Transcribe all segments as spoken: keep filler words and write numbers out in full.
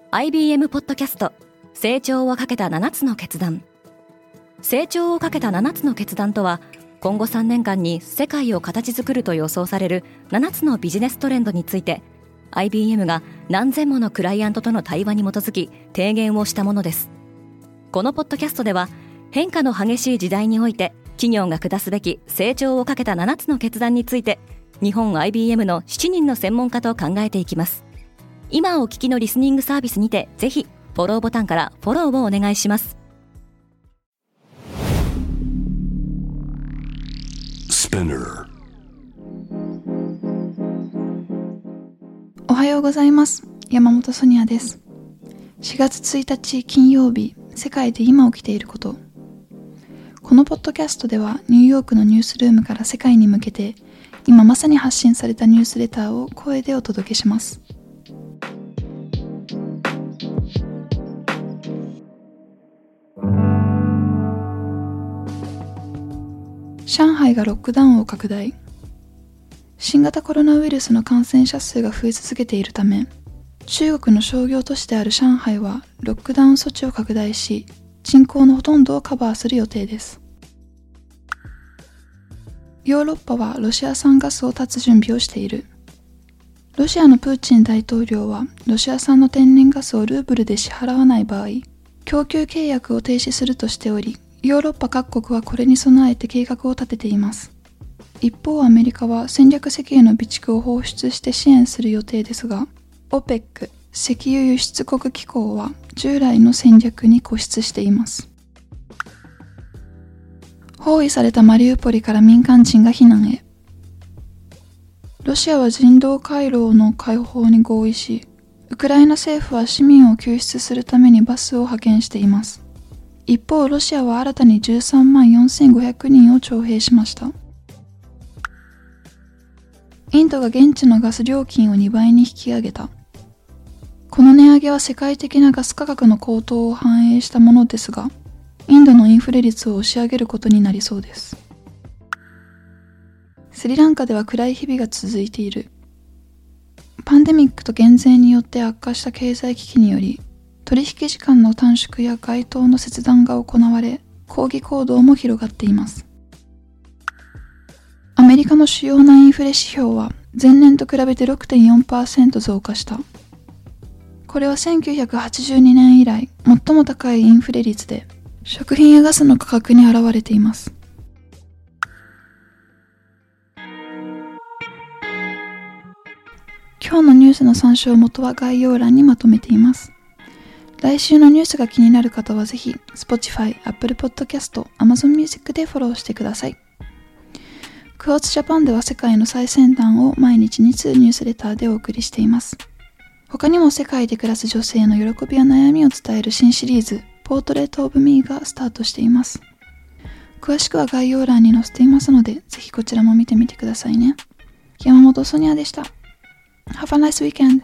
アイビーエム ポッドキャスト成長をかけたななつの決断。成長をかけたななつの決断とは、今後さんねんかんに世界を形作ると予想されるななつのビジネストレンドについて アイビーエム が何千ものクライアントとの対話に基づき提言をしたものです。このポッドキャストでは、変化の激しい時代において企業が下すべき成長をかけたななつの決断について、日本 アイビーエム のしちにんの専門家と考えていきます。今お聞きのリスニングサービスにて、ぜひフォローボタンからフォローをお願いします。 おはようございます。山本ソニアです。しがつついたち金曜日、世界で今起きていること。このポッドキャストでは、ニューヨークのニュースルームから世界に向けて、今まさに発信されたニュースレターを声でお届けします。上海がロックダウンを拡大。新型コロナウイルスの感染者数が増え続けているため、中国の商業都市である上海はロックダウン措置を拡大し、人口のほとんどをカバーする予定です。ヨーロッパはロシア産ガスを断つ準備をしている。ロシアのプーチン大統領は、ロシア産の天然ガスをルーブルで支払わない場合、供給契約を停止するとしており、ヨーロッパ各国はこれに備えて計画を立てています。一方、アメリカは戦略石油の備蓄を放出して支援する予定ですが、オペック、石油輸出国機構は従来の戦略に固執しています。包囲されたマリウポリから民間人が避難へ。ロシアは人道回廊の開放に合意し、ウクライナ政府は市民を救出するためにバスを派遣しています。一方、ロシアは新たにじゅうさんまんよんせんごひゃくにんを徴兵しました。インドが現地のガス料金をにばいに引き上げた。この値上げは世界的なガス価格の高騰を反映したものですが、インドのインフレ率を押し上げることになりそうです。スリランカでは暗い日々が続いている。パンデミックと減税によって悪化した経済危機により、取引時間の短縮や街灯の切断が行われ、抗議行動も広がっています。アメリカの主要なインフレ指標は前年と比べて ろくてんよんパーセント 増加した。これはせんきゅうひゃくはちじゅうにねん以来最も高いインフレ率で、食品やガスの価格に現れています。今日のニュースの参照元は概要欄にまとめています。来週のニュースが気になる方はぜひ Spotify、Apple Podcast、Amazon Music でフォローしてください。クォーツジャパンでは世界の最先端を毎日に通ニュースレターでお送りしています。他にも世界で暮らす女性の喜びや悩みを伝える新シリーズポートレートオブミーがスタートしています。詳しくは概要欄に載せていますので、ぜひこちらも見てみてくださいね。山本ソニアでした。Have a nice weekend!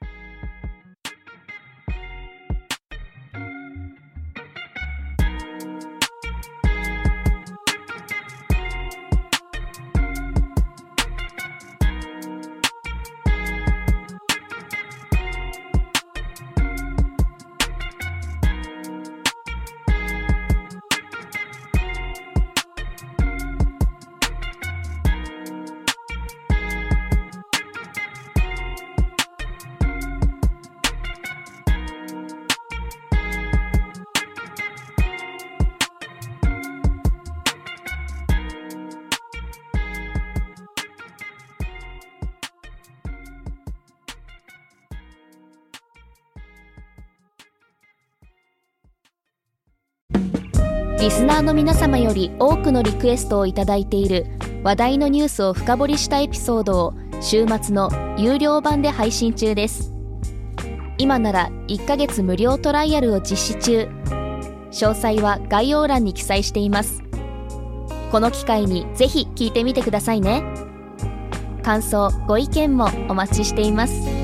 リスナーの皆様より多くのリクエストをいただいている話題のニュースを深掘りしたエピソードを週末の有料版で配信中です。今ならいっかげつ無料トライアルを実施中。詳細は概要欄に記載しています。この機会にぜひ聞いてみてくださいね。感想、ご意見もお待ちしています。